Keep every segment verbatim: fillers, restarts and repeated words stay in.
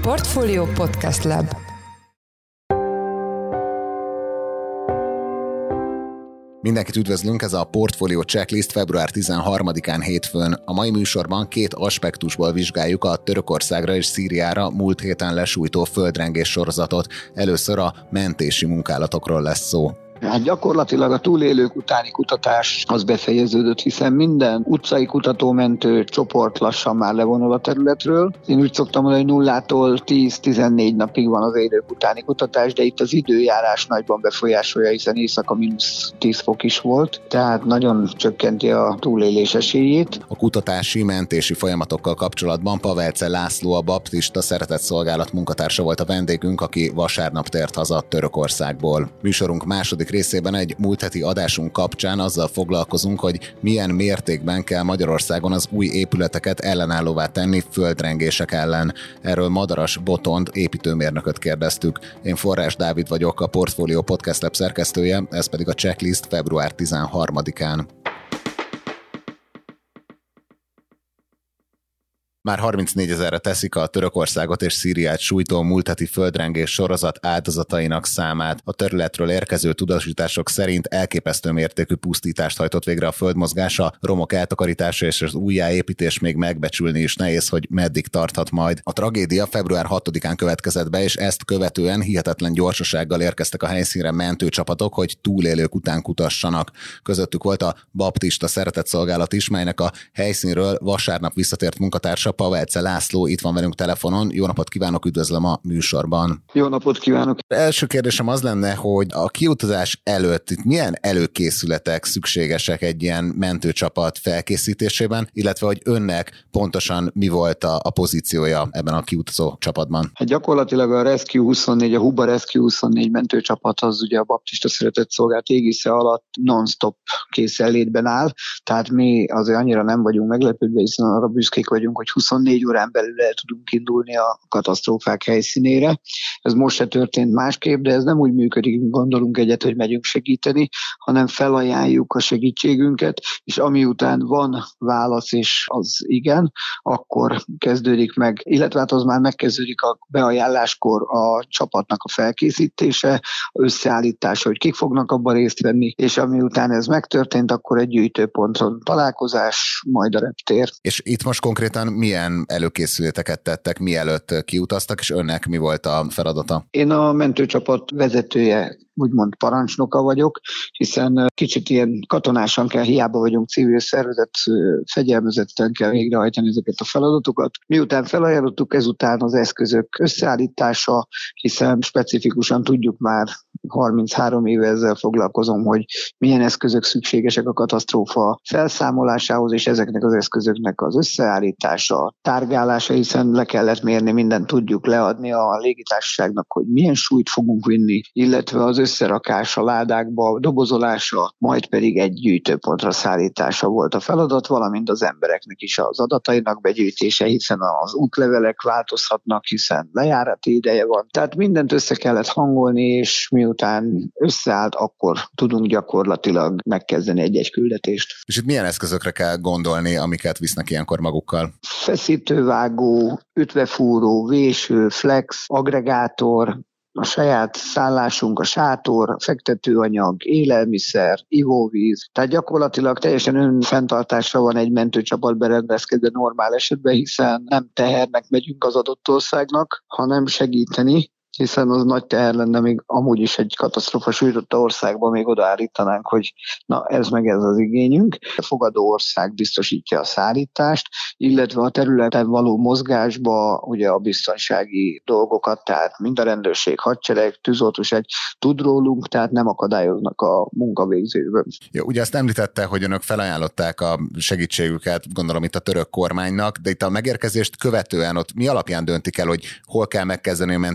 Portfolio Podcast Lab. Mindenkit üdvözlünk, ez a Portfolio Checklist február tizenharmadikán hétfőn. A mai műsorban két aspektusból vizsgáljuk a Törökországra és Szíriára múlt héten lesújtó földrengés sorozatot. Először a mentési munkálatokról lesz szó. Hát gyakorlatilag a túlélők utáni kutatás az befejeződött, hiszen minden utcai kutatómentő csoport lassan már levonul a területről. Én úgy szoktam mondani, hogy nullától tíz-tizennégy napig van az élők utáni kutatás, de itt az időjárás nagyban befolyásolja, hiszen éjszaka mínusz tíz fok is volt, tehát nagyon csökkenti a túlélés esélyét. A kutatási mentési folyamatokkal kapcsolatban Pavelce László, a Baptista Szeretetszolgálat munkatársa volt a vendégünk, aki vasárnap tért haza Törökországból. Műsorunk második részében egy múlt heti adásunk kapcsán azzal foglalkozunk, hogy milyen mértékben kell Magyarországon az új épületeket ellenállóvá tenni földrengések ellen. Erről Madaras Botond építőmérnököt kérdeztük. Én Forrás Dávid vagyok, a Portfolio Podcast Lab szerkesztője, ez pedig a checklist február tizenharmadikán. Már harmincnégyezerre teszik a Törökországot és Szíriát sújtó múlt heti földrengés sorozat áldozatainak számát. A területről érkező tudósítások szerint elképesztő mértékű pusztítást hajtott végre a földmozgása, romok eltakarítása és az újjáépítés még megbecsülni is nehéz, hogy meddig tarthat majd. A tragédia február hatodikán következett be, és ezt követően hihetetlen gyorsasággal érkeztek a helyszínre mentőcsapatok, hogy túlélők után kutassanak. Közöttük volt a Baptista Szeretetszolgálat is, melynek a helyszínről vasárnap visszatért munkatársa Pavelce László itt van velünk telefonon. Jó napot kívánok, üdvözlöm a műsorban. Jó napot kívánok! Első kérdésem az lenne, hogy a kiutazás előtt itt milyen előkészületek szükségesek egy ilyen mentőcsapat felkészítésében, illetve hogy önnek pontosan mi volt a, a pozíciója ebben a kiutazó csapatban? Hát gyakorlatilag a Rescue huszonnégy, a Huba Rescue huszonnégy mentőcsapat az ugye a Baptista Szeretetszolgálat égisze alatt non-stop készenlétben áll, tehát mi azért annyira nem vagyunk meglepődve, hiszen arra büszkék vagyunk, hogy huszonnégy órán belül el tudunk indulni a katasztrófák helyszínére. Ez most se történt másképp, de ez nem úgy működik, mint gondolunk egyet, hogy megyünk segíteni, hanem felajánljuk a segítségünket, és ami után van válasz, és az igen, akkor kezdődik meg, illetve hát az már megkezdődik a beajánláskor a csapatnak a felkészítése, összeállítása, hogy kik fognak abban részt venni, és ami után ez megtörtént, akkor egy gyűjtőponton találkozás, majd a reptér. És itt most konkrétan milyen előkészületeket tettek, mielőtt kiutaztak, és önnek mi volt a feladata? Én a mentőcsapat vezetője, úgymond parancsnoka vagyok, hiszen kicsit ilyen katonásan kell, hiába vagyunk civil szervezet, fegyelmezetten kell végrehajtani ezeket a feladatokat. Miután felajánlottuk, ezután az eszközök összeállítása, hiszen specifikusan tudjuk már, harminchárom éve ezzel foglalkozom, hogy milyen eszközök szükségesek a katasztrófa felszámolásához, és ezeknek az eszközöknek az összeállítása, tárgálása, hiszen le kellett mérni, mindent tudjuk leadni a légitársaságnak, hogy milyen súlyt fogunk vinni, illetve az összerakása, ládákba, dobozolása, majd pedig egy gyűjtőpontra szállítása volt a feladat, valamint az embereknek is az adatainak begyűjtése, hiszen az útlevelek változhatnak, hiszen lejárati ideje van. Tehát mindent össze kellett hangolni, és miután összeállt, akkor tudunk gyakorlatilag megkezdeni egy-egy küldetést. És itt milyen eszközökre kell gondolni, amiket visznek ilyenkor magukkal? Feszítővágó, ütvefúró, véső, flex, agregátor, a saját szállásunk, a sátor, fektetőanyag, élelmiszer, ivóvíz. Tehát gyakorlatilag teljesen önfenntartásra van egy mentőcsapat berendezkedve normál esetben, hiszen nem tehernek megyünk az adott országnak, hanem segíteni, hiszen az nagy teher lenne, még amúgy is egy katasztrófa sújtotta országban még odaállítanánk, hogy na ez meg ez az igényünk. A fogadó ország biztosítja a szállítást, illetve a területen való mozgásba ugye a biztonsági dolgokat, tehát mind a rendőrség, hadsereg, tűzoltóság tud rólunk, tehát nem akadályoznak a munkavégzésben. Ja, ugye azt említette, hogy önök felajánlották a segítségüket, gondolom itt a török kormánynak, de itt a megérkezést követően ott mi alapján döntik el, hogy hol kell megkezdeni a mentési munkát,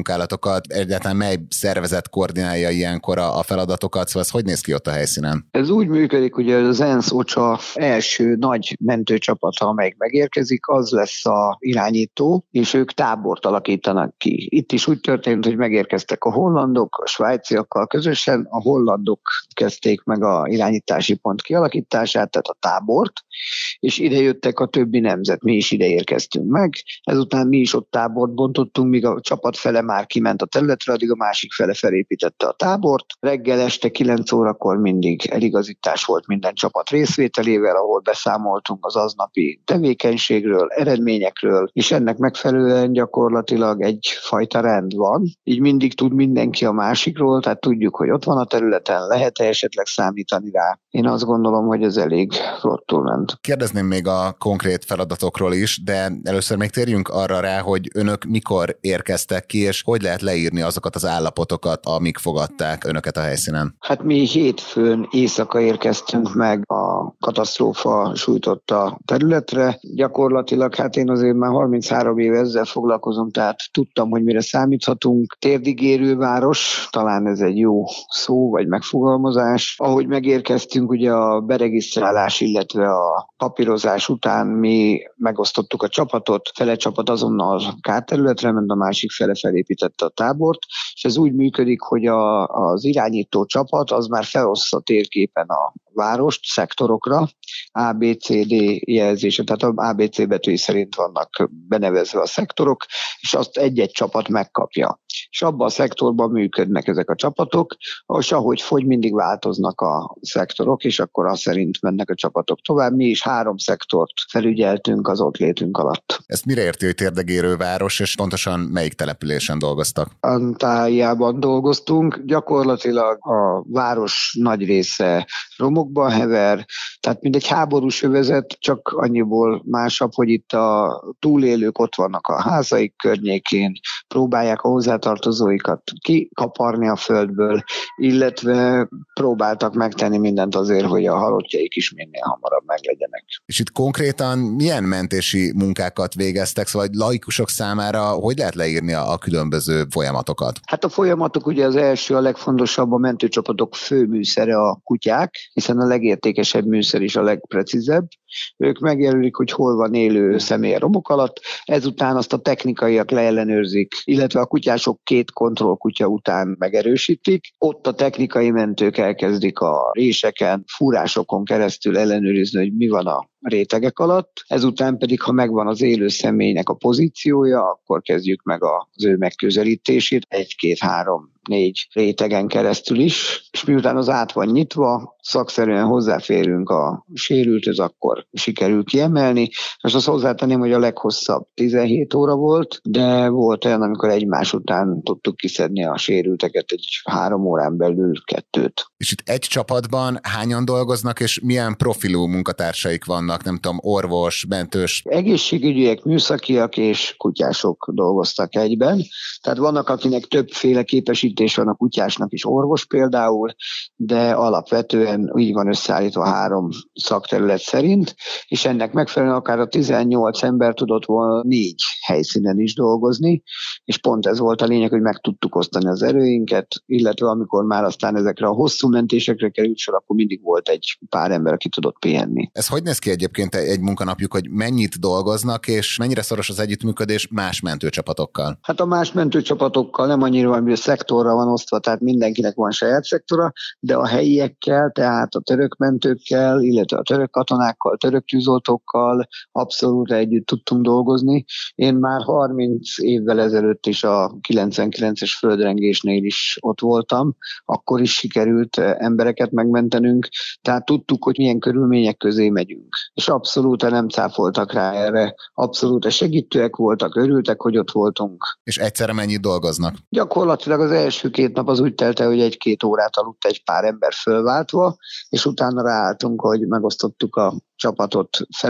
munkálatokat, egyáltalán mely szervezet koordinálja ilyenkor a, a feladatokat, szóval ez hogy néz ki ott a helyszínen? Ez úgy működik, hogy az ENSZ o cé á első nagy mentőcsapata, amelyik megérkezik, az lesz a irányító, és ők tábort alakítanak ki. Itt is úgy történt, hogy megérkeztek a hollandok, a svájciakkal közösen, a hollandok kezdték meg a irányítási pont kialakítását, tehát a tábort, és ide jöttek a többi nemzet, mi is ide érkeztünk meg, ezután mi is ott tábort bontottunk, míg a csapat fele már kiment a területre, addig a másik fele felépítette a tábort. Reggel este kilenc órakor mindig eligazítás volt minden csapat részvételével, ahol beszámoltunk az aznapi tevékenységről, eredményekről, és ennek megfelelően gyakorlatilag egyfajta rend van. Így mindig tud mindenki a másikról, tehát tudjuk, hogy ott van a területen, lehet-e esetleg számítani rá. Én azt gondolom, hogy ez elég flottul ment. Kérdezném még a konkrét feladatokról is, de először még térjünk arra rá, hogy önök mikor érkeztek ki, és hogy lehet leírni azokat az állapotokat, amik fogadták önöket a helyszínen? Hát mi hétfőn éjszaka érkeztünk meg a katasztrófa sújtotta területre. Gyakorlatilag hát én azért már harminchárom éve ezzel foglalkozom, tehát tudtam, hogy mire számíthatunk. Térdigérő város, talán ez egy jó szó vagy megfogalmazás. Ahogy megérkeztünk, ugye a beregisztrálás, illetve a papírozás után mi megosztottuk a csapatot, fele csapat azonnal kárterületre ment, a másik fele felépítette a tábort, és ez úgy működik, hogy a, az irányító csapat az már feloszta térképen a várost szektorokra, A, B, C, D jelzése, tehát a A, B, C betűi szerint vannak benevezve a szektorok, és azt egy-egy csapat megkapja. És abban a szektorban működnek ezek a csapatok, és ahogy fogy, mindig változnak a szektorok, és akkor azt szerint mennek a csapatok tovább. Mi is három szektort felügyeltünk az ott létünk alatt. Ezt mire érti, hogy térdegérő város, és pontosan melyik településen dolgoztak? Antályában dolgoztunk, gyakorlatilag a város nagy része romokban hever, tehát mint egy háborús övezet, csak annyiból másabb, hogy itt a túlélők ott vannak a házaik környékén, próbálják a hozzátartozóikat kikaparni a földből, illetve próbáltak megtenni mindent azért, hogy a halottjaik is minél hamarabb meglegyenek. És itt konkrétan milyen mentési munkákat végeztek, szóval laikusok számára hogy lehet leírni a, a különböző folyamatokat? Hát a folyamatok ugye az első, a legfontosabb, a mentőcsapatok fő műszere a kutyák, hiszen a legértékesebb műszer is a legprecízebb. Ők megjelölik, hogy hol van élő személy a romok alatt, ezután azt a technikaiak leellenőrzik, illetve a kutyások két kontrollkutya után megerősítik. Ott a technikai mentők elkezdik a réseken, fúrásokon keresztül ellenőrizni, hogy mi van a rétegek alatt. Ezután pedig, ha megvan az élő személynek a pozíciója, akkor kezdjük meg az ő megközelítését. Egy, két, három, négy rétegen keresztül is, és miután az át van nyitva, szakszerűen hozzáférünk a sérülthöz, akkor sikerül kiemelni. Most azt hozzátenném, hogy a leghosszabb tizenhét óra volt, de volt olyan, amikor egymás után tudtuk kiszedni a sérülteket egy három órán belül kettőt. És itt egy csapatban hányan dolgoznak, és milyen profilú munkatársaik vannak, nem tudom, orvos, mentős? Egészségügyiek, műszakiak és kutyások dolgoztak egyben. Tehát vannak, akinek többféle képesítés van, a kutyásnak is orvos például, de alapvetően így van összeállítva három szakterület szerint, és ennek megfelelően akár a tizennyolc ember tudott volna négy helyszínen is dolgozni, és pont ez volt a lényeg, hogy meg tudtuk osztani az erőinket, illetve amikor már aztán ezekre a hosszú mentésekre került sor, akkor mindig volt egy pár ember, aki tudott pihenni. Ez hogy néz ki egyébként egy munkanapjuk, hogy mennyit dolgoznak, és mennyire szoros az együttműködés más mentőcsapatokkal? Hát a más mentőcsapatokkal nem annyira van, hogy a szektorra van osztva, tehát mindenkinek van saját szektora, de a helyiekkel, tehát a török mentőkkel, illetve a török katonákkal, török tűzoltókkal abszolút együtt tudtunk dolgozni. Én már harminc évvel ezelőtt is a kilencvenkilences földrengésnél is ott voltam, akkor is sikerült embereket megmentenünk, tehát tudtuk, hogy milyen körülmények közé megyünk. És abszolút nem cáfoltak rá erre, abszolút segítőek voltak, örültek, hogy ott voltunk. És egyszerre mennyit dolgoznak? Gyakorlatilag az első két nap az úgy telt el, hogy egy-két órát aludt egy pár ember fölváltva, és utána ráálltunk, hogy megosztottuk a csapatot, fele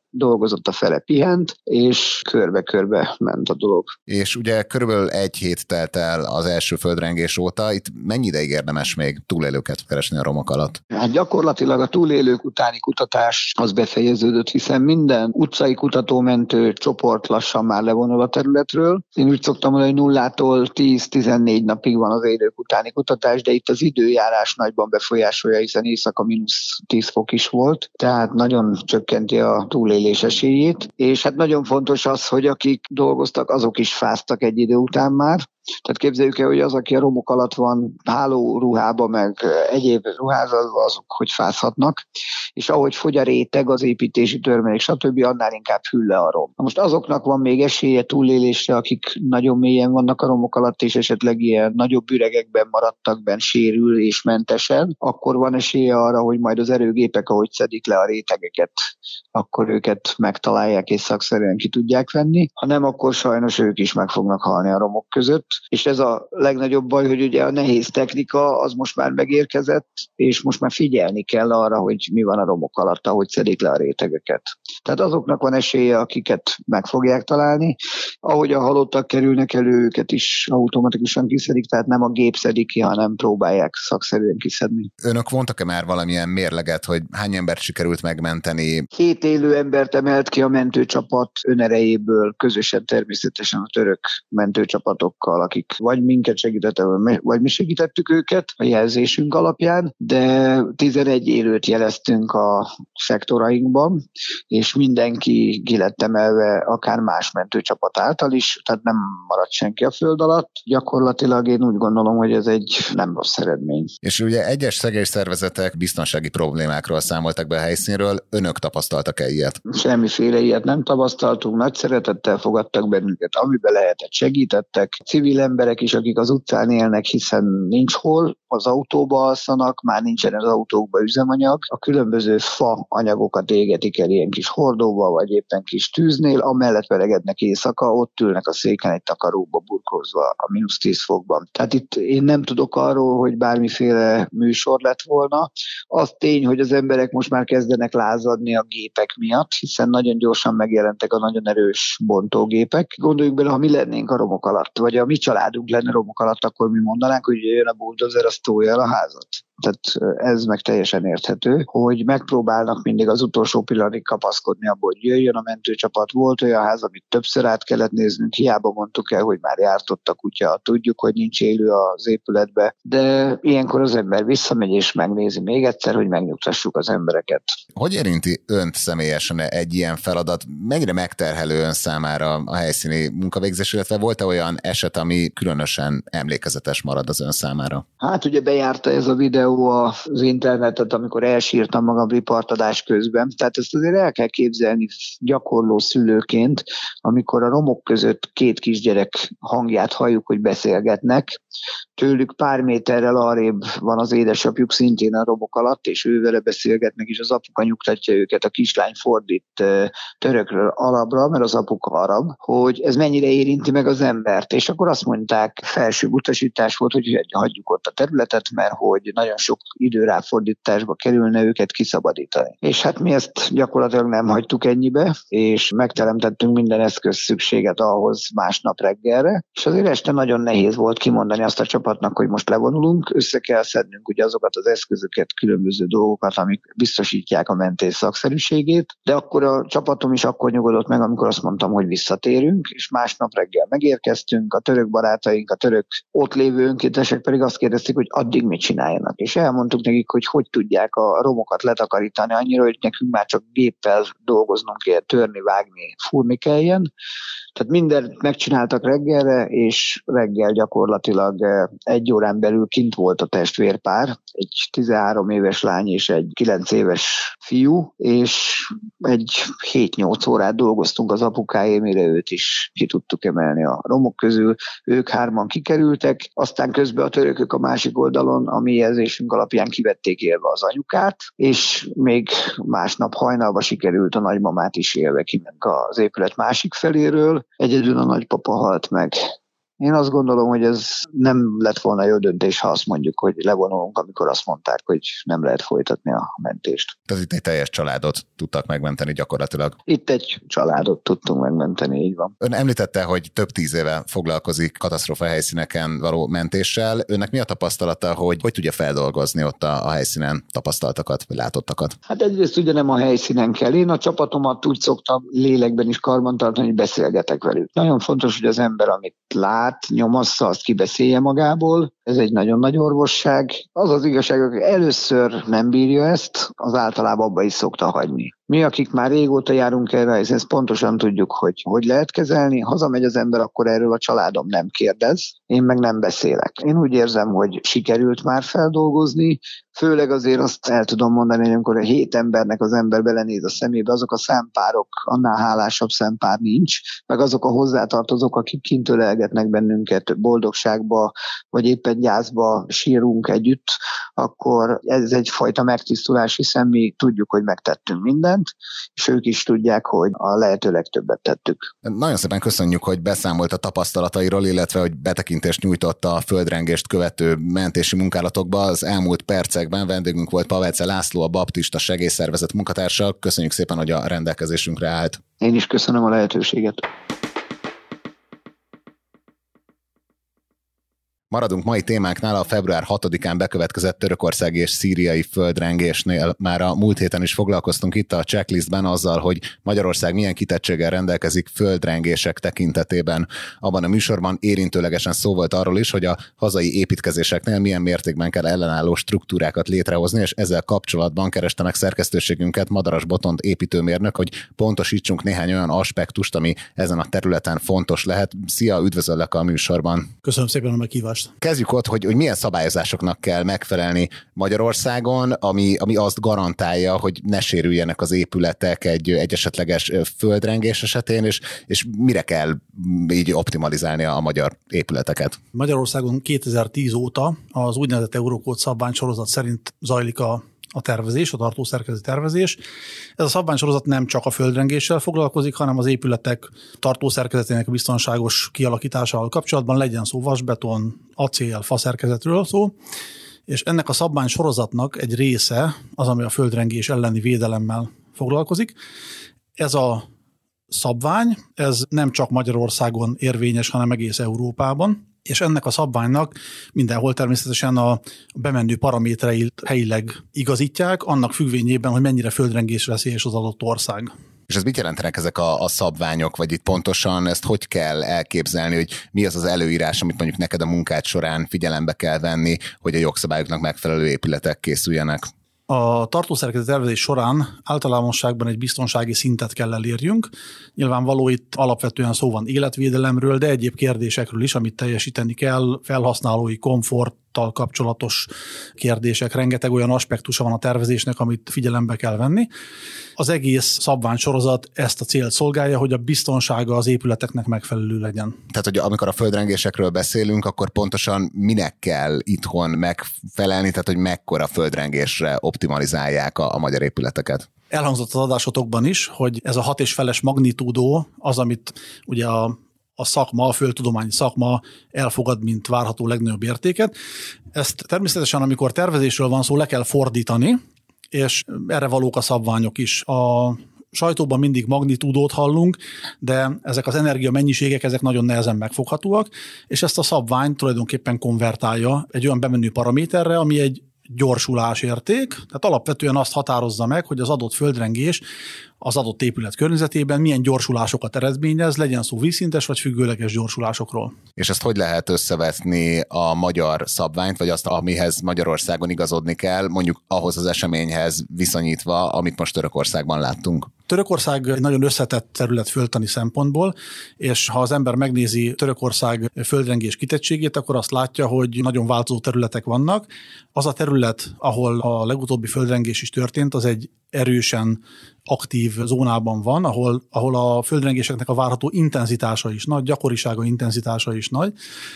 dolgozott, a fele pihent, és körbe-körbe ment a dolog. És ugye körülbelül egy hét telt el az első földrengés óta, itt mennyi ideig érdemes még túlélőket keresni a romok alatt? Hát gyakorlatilag a túlélők utáni kutatás az befejeződött, hiszen minden utcai kutatómentő csoport lassan már levonul a területről. Én úgy szoktam mondani, hogy nullától tíz-tizennégy napig van az élők utáni kutatás, de itt az időjárás nagyban befolyásolja, hiszen éjszaka mínusz tíz fok is volt, tehát nagyon csökkenti a túlélés esélyét, és hát nagyon fontos az, hogy akik dolgoztak, azok is fáztak egy idő után már. Tehát képzeljük el, hogy az, aki a romok alatt van hálóruhába, meg egyéb ruházatban, azok hogy fázhatnak, és ahogy fogy a réteg, az építési törmelék, stb., annál inkább hűl le a rom. Most azoknak van még esélye túlélésre, akik nagyon mélyen vannak a romok alatt, és esetleg ilyen nagyobb üregekben maradtak benn sérülésmentesen, akkor van esélye arra, hogy majd az erőgépek, ahogy szedik le a rétegeket, akkor őket megtalálják és szakszerűen ki tudják venni. Ha nem, akkor sajnos ők is meg fognak halni a romok között. És ez a legnagyobb baj, hogy ugye a nehéz technika az most már megérkezett, és most már figyelni kell arra, hogy mi van a romok alatt, ahogy szedik le a rétegeket. Tehát azoknak van esélye, akiket meg fogják találni. Ahogy a halottak kerülnek elő, őket is automatikusan kiszedik, tehát nem a gép szedik ki, hanem próbálják szakszerűen kiszedni. Önök vontak-e már valamilyen mérleget, hogy hány embert sikerült megmenteni? Hét élő embert emelt ki a mentőcsapat önerejéből, közösen természetesen a török mentőcsapatokkal, akik vagy minket segítettek, vagy mi segítettük őket a jelzésünk alapján, de tizenegy élőt jeleztünk a szektorainkban, és mindenki ki lett emelve akár más mentőcsapat által is, tehát nem maradt senki a föld alatt. Gyakorlatilag én úgy gondolom, hogy ez egy nem rossz eredmény. És ugye egyes segélyszervezetek biztonsági problémákról számoltak be a helyszínről, önök tapasztaltak-e ilyet? Semmiféle ilyet nem tapasztaltunk, nagy szeretettel fogadtak bennünket, amiben lehetett segítettek. Civil emberek is, akik az utcán élnek, hiszen nincs hol, az autóba alszanak, már nincsen az autókba üzemanyag. A különböző fa anyagokat égetik el ilyen kis hordóba, vagy éppen kis tűznél, amellett velegednek éjszaka, ott ülnek a széken egy takaróba burkolzva a mínusz tíz fokban. Tehát itt én nem tudok arról, hogy bármiféle műsor lett volna. Az tény, hogy az emberek most már kezdenek lázadni a gépek miatt, hiszen nagyon gyorsan megjelentek a nagyon erős bontógépek. Gondoljuk bele, ha mi lennénk a romok alatt, vagy a mi családunk lenne romok alatt, akkor mi mondanánk, hogy jön a buldozer, azt tolja el a házat. Tehát ez meg teljesen érthető, hogy megpróbálnak mindig az utolsó pillanatig kapaszkodni abból, hogy jöjjön a mentőcsapat. Volt olyan ház, amit többször át kellett néznünk, hiába mondtuk el, hogy már járt ott a kutya, tudjuk, hogy nincs élő az épületbe, de ilyenkor az ember visszamegy és megnézi még egyszer, hogy megnyugtassuk az embereket. Hogy érinti önt személyesen egy ilyen feladat? Mennyire megterhelő ön számára a helyszíni munkavégzés, illetve volt-e olyan eset, ami különösen emlékezetes marad az ön számára? Hát ugye bejárta ez a videó az internetet, amikor elsírtam magam riportadás közben. Tehát ezt azért el kell képzelni gyakorló szülőként, amikor a romok között két kisgyerek hangját halljuk, hogy beszélgetnek. Tőlük pár méterrel arrébb van az édesapjuk szintén a romok alatt, és ő vele beszélgetnek, és az apuka nyugtatja őket, a kislány fordít törökről arabra, mert az apuka arab, hogy ez mennyire érinti meg az embert. És akkor azt mondták, felső utasítás volt, hogy hagyjuk ott a területet, mert hogy nagyon sok időráfordításba kerülne őket kiszabadítani. És hát mi ezt gyakorlatilag nem hagytuk ennyibe, és megteremtettünk minden eszköz szükséget ahhoz másnap reggelre, és azért este nagyon nehéz volt kimondani azt a csapatnak, hogy most levonulunk, össze kell szednünk ugye azokat az eszközöket, különböző dolgokat, amik biztosítják a mentés szakszerűségét, de akkor a csapatom is akkor nyugodott meg, amikor azt mondtam, hogy visszatérünk, és másnap reggel megérkeztünk, a török barátaink, a török ott lévő önkéntesek pedig azt kérdezték, hogy addig mit csináljanak. És elmondtuk nekik, hogy hogy tudják a romokat letakarítani annyira, hogy nekünk már csak géppel dolgoznunk kell, törni, vágni, fúrni kelljen. Tehát mindent megcsináltak reggelre, és reggel gyakorlatilag egy órán belül kint volt a testvérpár, egy tizenhárom éves lány és egy kilenc éves fiú, és egy hét-nyolc órát dolgoztunk az apukáé, mire őt is ki tudtuk emelni a romok közül. Ők hárman kikerültek, aztán közben a törökök a másik oldalon a mi jelzésünk alapján kivették élve az anyukát, és még másnap hajnalba sikerült a nagymamát is élve kimenni az épület másik feléről. Egyedül a nagypapa halt meg. Én azt gondolom, hogy ez nem lett volna jó döntés, ha azt mondjuk, hogy levonulunk, amikor azt mondták, hogy nem lehet folytatni a mentést. Tehát itt egy teljes családot tudtak megmenteni gyakorlatilag. Itt egy családot tudtunk megmenteni, így van. Ön említette, hogy több tíz éve foglalkozik katasztrófa helyszíneken való mentéssel. Önnek mi a tapasztalata, hogy hogy tudja feldolgozni ott a, a helyszínen tapasztaltakat, vagy látottakat? Hát egyrészt ugye nem a helyszínen kell. Én a csapatomat úgy szoktam lélekben is karbantartani, hogy beszélgetek velük. Nagyon fontos, hogy az ember, amit lát, nyomassza, azt kibeszélje magából. Ez egy nagyon nagy orvosság. Az az igazság, hogy először nem bírja ezt, az általában abba is szokta hagyni. Mi, akik már régóta járunk erre, ezt pontosan tudjuk, hogy hogy lehet kezelni. Hazamegy az ember, akkor erről a családom nem kérdez, én meg nem beszélek. Én úgy érzem, hogy sikerült már feldolgozni, főleg azért azt el tudom mondani, hogy amikor a hét embernek az ember belenéz a szemébe, azok a szempárok, annál hálásabb szempár nincs, meg azok a hozzátartozók, akik kint ölelgetnek bennünket boldogságba, vagy éppen gyászba sírunk együtt, akkor ez egyfajta megtisztulás, hiszen mi tudjuk, hogy megtettünk mindent, és ők is tudják, hogy a lehető legtöbbet tettük. Nagyon szépen köszönjük, hogy beszámolt a tapasztalatairól, illetve hogy betekintést nyújtott a földrengést követő mentési munkálatokba. Az elmúlt percekben vendégünk volt Pavece László, a Baptista Segélyszervezet munkatársa. Köszönjük szépen, hogy a rendelkezésünkre állt. Én is köszönöm a lehetőséget. Maradunk mai témánknál, a február hatodikán bekövetkezett törökországi és szíriai földrengésnél. Már a múlt héten is foglalkoztunk itt a checklistben azzal, hogy Magyarország milyen kitettséggel rendelkezik földrengések tekintetében. Abban a műsorban érintőlegesen szó volt arról is, hogy a hazai építkezéseknél milyen mértékben kell ellenálló struktúrákat létrehozni, és ezzel kapcsolatban kereste meg szerkesztőségünket Madaras Botond építőmérnök, hogy pontosítsunk néhány olyan aspektust, ami ezen a területen fontos lehet. Szia, üdvözöllek a műsorban. Köszönöm szépen a meghívást. Kezdjük ott, hogy, hogy milyen szabályozásoknak kell megfelelni Magyarországon, ami, ami azt garantálja, hogy ne sérüljenek az épületek egy, egy esetleges földrengés esetén, és, és mire kell így optimalizálni a magyar épületeket. Magyarországon kétezer-tíz óta az úgynevezett Eurocode szabványsorozat szerint zajlik a a tervezés, a tartószerkezeti tervezés. Ez a szabványsorozat nem csak a földrengéssel foglalkozik, hanem az épületek tartószerkezetének biztonságos kialakításával kapcsolatban, legyen szó vasbeton, acél, faszerkezetről szó, és ennek a szabványsorozatnak egy része az, ami a földrengés elleni védelemmel foglalkozik. Ez a szabvány, ez nem csak Magyarországon érvényes, hanem egész Európában, és ennek a szabványnak mindenhol természetesen a bemenő paramétereit helyileg igazítják, annak függvényében, hogy mennyire földrengésveszélyes az adott ország. És ez mit jelentenek ezek a, a szabványok, vagy itt pontosan ezt hogy kell elképzelni, hogy mi az az előírás, amit mondjuk neked a munkád során figyelembe kell venni, hogy a jogszabályoknak megfelelő épületek készüljenek? A tartószerkezeti tervezés során általánosságban egy biztonsági szintet kell elérjünk. Nyilvánvaló itt alapvetően szó van életvédelemről, de egyéb kérdésekről is, amit teljesíteni kell, felhasználói komforttal kapcsolatos kérdések, rengeteg olyan aspektusa van a tervezésnek, amit figyelembe kell venni. Az egész szabványsorozat ezt a célt szolgálja, hogy a biztonsága az épületeknek megfelelő legyen. Tehát, hogy amikor a földrengésekről beszélünk, akkor pontosan minek kell itthon megfelelni, tehát, hogy mekkora földrengésre optimalizálják a, a magyar épületeket? Elhangzott az adásotokban is, hogy ez a hat és feles magnitúdó az, amit ugye a a szakma, a földtudományi szakma elfogad, mint várható legnagyobb értéket. Ezt természetesen, amikor tervezésről van szó, le kell fordítani, és erre valók a szabványok is. A sajtóban mindig magnitúdót hallunk, de ezek az energia mennyiségek, ezek nagyon nehezen megfoghatóak, és ezt a szabvány tulajdonképpen konvertálja egy olyan bemenő paraméterre, ami egy gyorsulás érték, tehát alapvetően azt határozza meg, hogy az adott földrengés az adott épület környezetében milyen gyorsulásokat eredményez, legyen szó vízszintes vagy függőleges gyorsulásokról. És ezt hogy lehet összevetni a magyar szabványt, vagy azt, amihez Magyarországon igazodni kell, mondjuk ahhoz az eseményhez viszonyítva, amit most Törökországban láttunk? Törökország egy nagyon összetett terület földtani szempontból, és ha az ember megnézi Törökország földrengés kitettségét, akkor azt látja, hogy nagyon változó területek vannak. Az a terület, ahol a legutóbbi földrengés is történt, az egy erősen aktív zónában van, ahol, ahol a földrengéseknek a várható intenzitása is nagy, gyakorisága, intenzitása is nagy.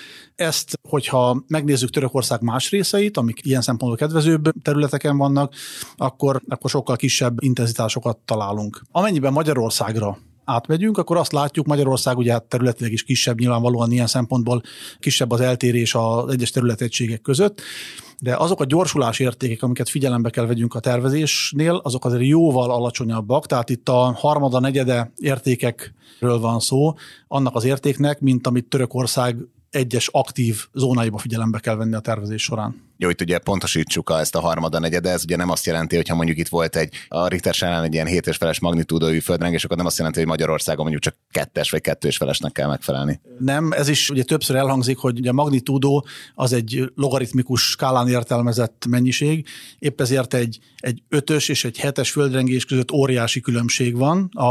Ezt, hogyha megnézzük Törökország más részeit, amik ilyen szempontból kedvezőbb területeken vannak, akkor, akkor sokkal kisebb intenzitásokat találunk. Amennyiben Magyarországra átmegyünk, akkor azt látjuk, Magyarország ugye hát területileg is kisebb, nyilvánvalóan ilyen szempontból kisebb az eltérés az egyes területegységek között, de azok a gyorsulás értékek, amiket figyelembe kell vegyünk a tervezésnél, azok azért jóval alacsonyabbak, tehát itt a harmada, negyede értékekről van szó, annak az értéknek, mint amit Törökország egyes aktív zónáiba figyelembe kell venni a tervezés során. Jó, itt ugye pontosítsuk a, ezt a harmada negyede, ez ugye nem azt jelenti, hogyha mondjuk itt volt egy a Richter skálán egy ilyen hét és feles magnitúdói földrengés, akkor nem azt jelenti, hogy Magyarországon mondjuk csak kettes vagy kettő és felesnek kell megfelelni. Nem, ez is ugye többször elhangzik, hogy ugye a magnitúdó az egy logaritmikus skálán értelmezett mennyiség, épp ezért egy, egy ötös és egy hetes földrengés között óriási különbség van a,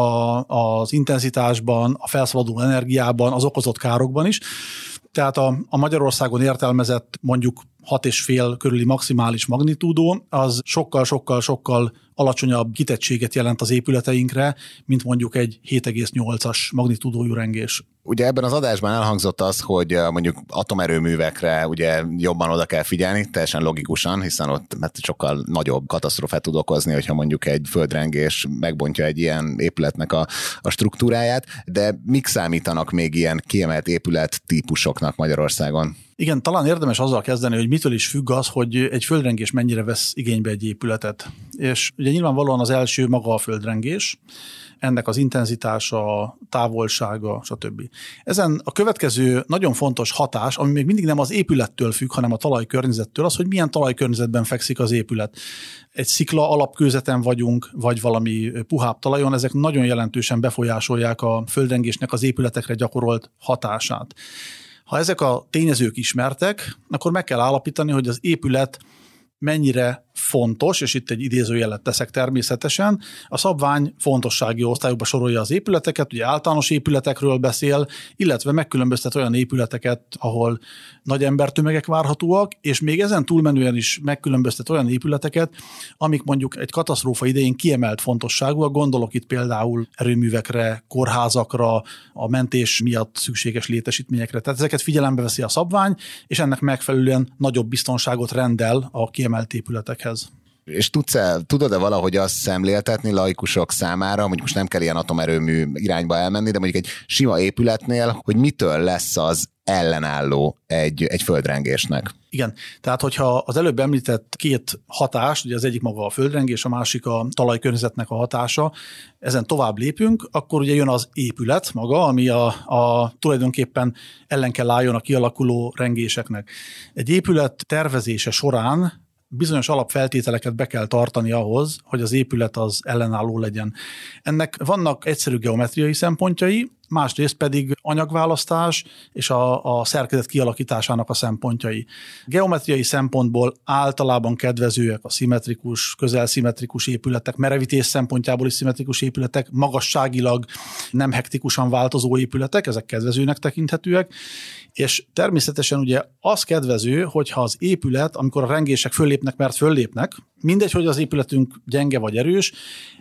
az intenzitásban, a felszabaduló energiában, az okozott károkban is. Tehát a, a Magyarországon értelmezett mondjuk hat és fél körüli maximális magnitúdó, az sokkal-sokkal-sokkal alacsonyabb kitettséget jelent az épületeinkre, mint mondjuk egy hét egész nyolcas magnitúdójú rengés. Ugye ebben az adásban elhangzott az, hogy mondjuk atomerőművekre ugye jobban oda kell figyelni, teljesen logikusan, hiszen ott mert sokkal nagyobb katasztrófát tud okozni, hogyha mondjuk egy földrengés megbontja egy ilyen épületnek a, a struktúráját, de mik számítanak még ilyen kiemelt épület típusoknak Magyarországon? Igen, talán érdemes azzal kezdeni, hogy mitől is függ az, hogy egy földrengés mennyire vesz igénybe egy épületet. És ugye nyilvánvalóan az első maga a földrengés, ennek az intenzitása, távolsága, stb. Ezen a következő nagyon fontos hatás, ami még mindig nem az épülettől függ, hanem a talajkörnyezettől, az, hogy milyen talajkörnyezetben fekszik az épület. Egy szikla alapkőzeten vagyunk, vagy valami puhább talajon, ezek nagyon jelentősen befolyásolják a földrengésnek az épületekre gyakorolt hatását. Ha ezek a tényezők ismertek, akkor meg kell állapítani, hogy az épület mennyire fontos, és itt egy idézőjelet teszek természetesen, a szabvány fontossági osztályokba sorolja az épületeket, ugye általános épületekről beszél, illetve megkülönböztet olyan épületeket, ahol nagy embertömegek várhatóak, és még ezen túlmenően is megkülönböztet olyan épületeket, amik mondjuk egy katasztrófa idején kiemelt fontosságúak, gondolok itt például erőművekre, kórházakra, a mentés miatt szükséges létesítményekre. Tehát ezeket figyelembe veszi a szabvány, és ennek megfelelően nagyobb biztonságot rendel a kiemelt épületekhez. És tudsz-e, tudod-e valahogy azt szemléltetni laikusok számára, mondjuk most nem kell ilyen atomerőmű irányba elmenni, de mondjuk egy sima épületnél, hogy mitől lesz az ellenálló egy, egy földrengésnek? Igen, tehát hogyha az előbb említett két hatás, ugye az egyik maga a földrengés, a másik a talajkörnyezetnek a hatása, ezen tovább lépünk, akkor ugye jön az épület maga, ami a, a tulajdonképpen ellen kell álljon a kialakuló rengéseknek. Egy épület tervezése során bizonyos alapfeltételeket be kell tartani ahhoz, hogy az épület az ellenálló legyen. Ennek vannak egyszerű geometriai szempontjai, másrészt pedig anyagválasztás és a, a szerkezet kialakításának a szempontjai. Geometriai szempontból általában kedvezőek a szimmetrikus, közelszimmetrikus épületek, merevítés szempontjából is szimmetrikus épületek, magasságilag nem hektikusan változó épületek, ezek kedvezőnek tekinthetőek, és természetesen ugye az kedvező, hogyha az épület, amikor a rengések föllépnek, mert föllépnek, mindegy, hogy az épületünk gyenge vagy erős,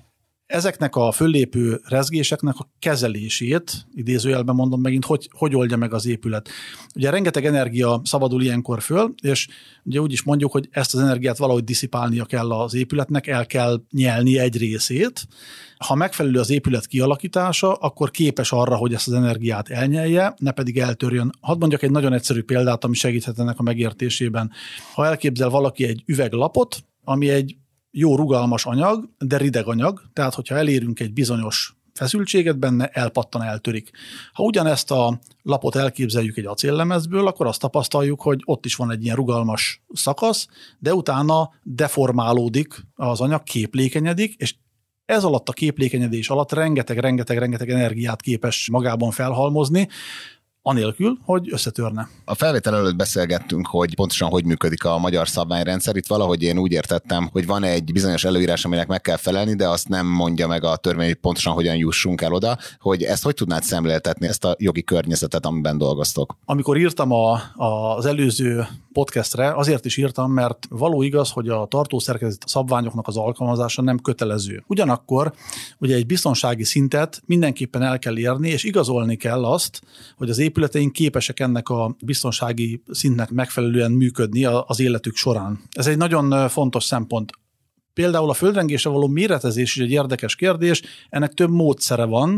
ezeknek a föllépő rezgéseknek a kezelését, idézőjelben mondom megint, hogy, hogy oldja meg az épület. Ugye rengeteg energia szabadul ilyenkor föl, és ugye úgy is mondjuk, hogy ezt az energiát valahogy diszipálnia kell az épületnek, el kell nyelni egy részét. Ha megfelelő az épület kialakítása, akkor képes arra, hogy ezt az energiát elnyelje, ne pedig eltörjön. Hadd mondjak egy nagyon egyszerű példát, ami segíthet ennek a megértésében. Ha elképzel valaki egy üveglapot, ami egy jó rugalmas anyag, de rideg anyag, tehát hogyha elérünk egy bizonyos feszültséget benne, elpattan, eltörik. Ha ugyanezt a lapot elképzeljük egy acéllemezből, akkor azt tapasztaljuk, hogy ott is van egy ilyen rugalmas szakasz, de utána deformálódik az anyag, képlékenyedik, és ez alatt a képlékenyedés alatt rengeteg-rengeteg-rengeteg energiát képes magában felhalmozni, anélkül, hogy összetörne. A felvétel előtt beszélgettünk, hogy pontosan hogy működik a magyar szabványrendszer. Itt valahogy én úgy értettem, hogy van egy bizonyos előírás, aminek meg kell felelni, de azt nem mondja meg a törvény, hogy pontosan hogyan jussunk el oda, hogy ezt hogy tudnád szemléltetni, ezt a jogi környezetet, amiben dolgoztok? Amikor írtam a, a, az előző podcastre, azért is írtam, mert való igaz, hogy a tartószerkezet szabványoknak az alkalmazása nem kötelező. Ugyanakkor ugye egy biztonsági szintet mindenképpen el kell érni, és igazolni kell azt, hogy az épületeink képesek ennek a biztonsági szintnek megfelelően működni az életük során. Ez egy nagyon fontos szempont. Például a földrengésre való méretezés is egy érdekes kérdés, ennek több módszere van,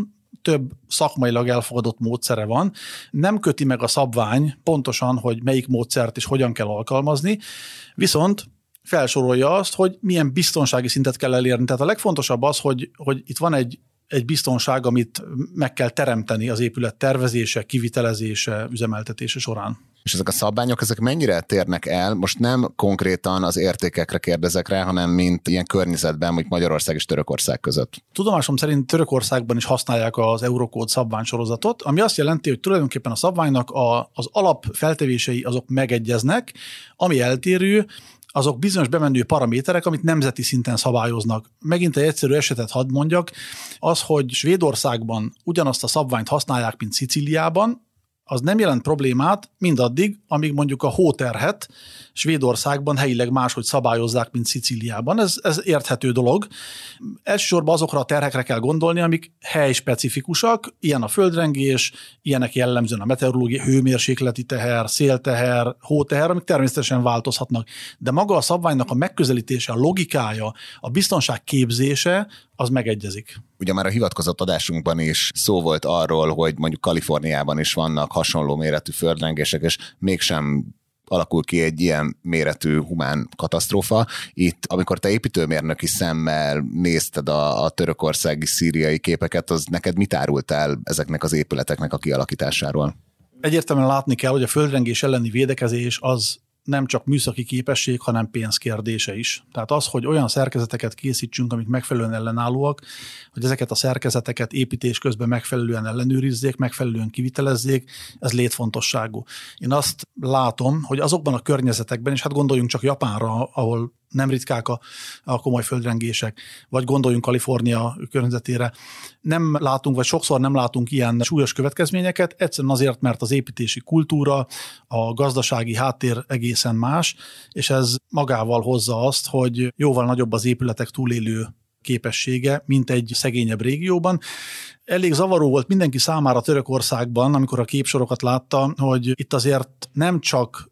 több szakmailag elfogadott módszere van. Nem köti meg a szabvány pontosan, hogy melyik módszert és hogyan kell alkalmazni, viszont felsorolja azt, hogy milyen biztonsági szintet kell elérni. Tehát a legfontosabb az, hogy, hogy itt van egy, egy biztonság, amit meg kell teremteni az épület tervezése, kivitelezése, üzemeltetése során. És ezek a szabványok, ezek mennyire térnek el? Most nem konkrétan az értékekre kérdezek rá, hanem mint ilyen környezetben, mondjuk Magyarország és Törökország között. Tudomásom szerint Törökországban is használják az Eurocode szabványsorozatot, ami azt jelenti, hogy tulajdonképpen a szabványnak a, az alapfeltevései azok megegyeznek, ami eltérő, azok bizonyos bemenő paraméterek, amit nemzeti szinten szabályoznak. Megint egy egyszerű esetet hadd mondjak, az, hogy Svédországban ugyanazt a szabványt használják, mint Szicíliában, az nem jelent problémát mindaddig, amíg mondjuk a hóterhet Svédországban helyileg máshogy szabályozzák, mint Szicíliában. Ez, ez érthető dolog. Elsősorban azokra a terhekre kell gondolni, amik helyspecifikusak, ilyen a földrengés, ilyenek jellemzően a meteorológiai, hőmérsékleti teher, szélteher, hóteher, amik természetesen változhatnak. De maga a szabványnak a megközelítése, a logikája, a biztonság képzése, az megegyezik. Ugye már a hivatkozott adásunkban is szó volt arról, hogy mondjuk Kaliforniában is vannak hasonló méretű földrengések, és mégsem alakul ki egy ilyen méretű humán katasztrófa. Itt, amikor te építőmérnöki szemmel nézted a, a törökországi, szíriai képeket, az neked mit árult el ezeknek az épületeknek a kialakításáról? Egyértelműen látni kell, hogy a földrengés elleni védekezés az nem csak műszaki képesség, hanem pénzkérdése is. Tehát az, hogy olyan szerkezeteket készítsünk, amik megfelelően ellenállóak, hogy ezeket a szerkezeteket építés közben megfelelően ellenőrizzék, megfelelően kivitelezzék, ez létfontosságú. Én azt látom, hogy azokban a környezetekben, és hát gondoljunk csak Japánra, ahol nem ritkák a, a komoly földrengések, vagy gondoljunk Kalifornia környezetére, nem látunk, vagy sokszor nem látunk ilyen súlyos következményeket, egyszerűen azért, mert az építési kultúra, a gazdasági háttér egészen más, és ez magával hozza azt, hogy jóval nagyobb az épületek túlélő képessége, mint egy szegényebb régióban. Elég zavaró volt mindenki számára Törökországban, amikor a képsorokat látta, hogy itt azért nem csak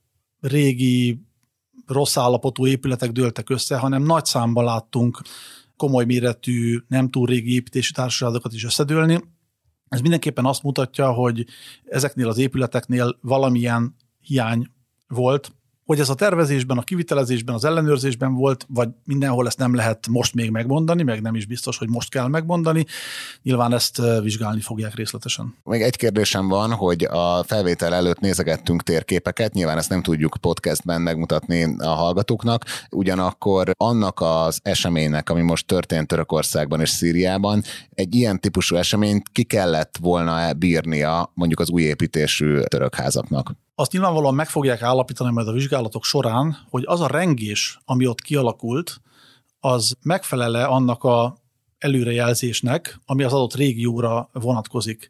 régi rossz állapotú épületek dőltek össze, hanem nagy számban láttunk komoly méretű, nem túl régi építési társaságokat is összedőlni. Ez mindenképpen azt mutatja, hogy ezeknél az épületeknél valamilyen hiány volt, hogy ez a tervezésben, a kivitelezésben, az ellenőrzésben volt, vagy mindenhol ezt nem lehet most még megmondani, meg nem is biztos, hogy most kell megmondani. Nyilván ezt vizsgálni fogják részletesen. Még egy kérdésem van, hogy a felvétel előtt nézegettünk térképeket, nyilván ezt nem tudjuk podcastben megmutatni a hallgatóknak, ugyanakkor annak az eseménynek, ami most történt Törökországban és Szíriában, egy ilyen típusú eseményt ki kellett volna bírnia mondjuk az új építésű török házaknak? Azt nyilvánvalóan meg fogják állapítani majd a vizsgálatok során, hogy az a rengés, ami ott kialakult, az megfelele annak a előrejelzésnek, ami az adott régióra vonatkozik.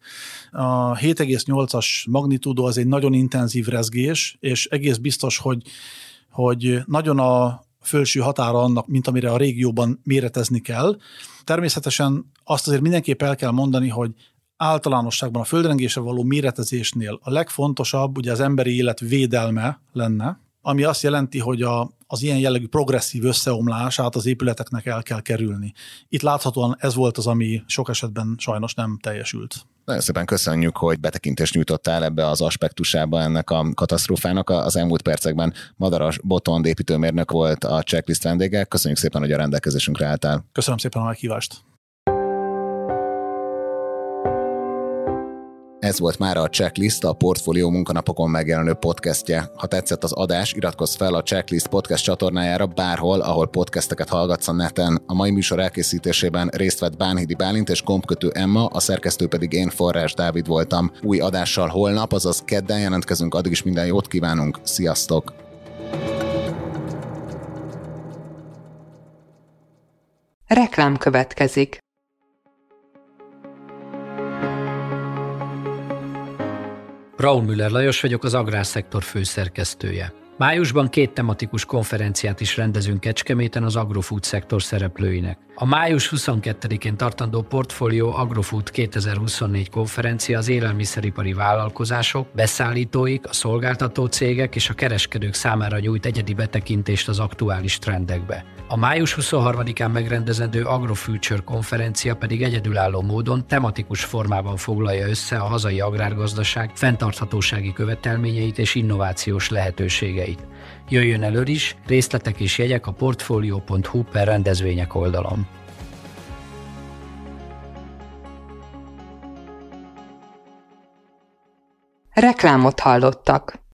A hét egész nyolcas magnitúdó az egy nagyon intenzív rezgés, és egész biztos, hogy, hogy nagyon a felső határa annak, mint amire a régióban méretezni kell. Természetesen azt azért mindenképp el kell mondani, hogy általánosságban a földrengésre való méretezésnél a legfontosabb ugye az emberi élet védelme lenne, ami azt jelenti, hogy a, az ilyen jellegű progresszív összeomlását az épületeknek el kell kerülni. Itt láthatóan ez volt az, ami sok esetben sajnos nem teljesült. Nagyon szépen köszönjük, hogy betekintést nyújtottál ebbe az aspektusába ennek a katasztrófának. Az elmúlt percekben Madaras Botond építőmérnök volt a Checklist vendége. Köszönjük szépen, hogy a rendelkezésünkre álltál. Köszönöm szépen a meghívást. Ez volt már a Checklist, a Portfolio munkanapokon megjelenő podcastje. Ha tetszett az adás, iratkozz fel a Checklist podcast csatornájára bárhol, ahol podcasteket hallgatsz a neten. A mai műsor elkészítésében részt vett Bánhidi Bálint és gombkötő Emma, a szerkesztő pedig én, Forrás Dávid voltam. Új adással holnap, azaz kedden jelentkezünk, addig is minden jót kívánunk. Sziasztok! Reklám következik. Braun Müller Lajos vagyok, az Agrárszektor főszerkesztője. Májusban két tematikus konferenciát is rendezünk Kecskeméten az agrofood szektor szereplőinek. A május huszonkettedikén tartandó Portfolio Agrofood kétezer-huszonnégy konferencia az élelmiszeripari vállalkozások, beszállítóik, a szolgáltató cégek és a kereskedők számára nyújt egyedi betekintést az aktuális trendekbe. A május huszonharmadikán megrendezendő Agrofuture konferencia pedig egyedülálló módon tematikus formában foglalja össze a hazai agrárgazdaság fenntarthatósági követelményeit és innovációs lehetőségeit. Jöjjön elő is, részletek és jegyek a portfolio pont hu per rendezvények oldalon. Reklámot hallottak.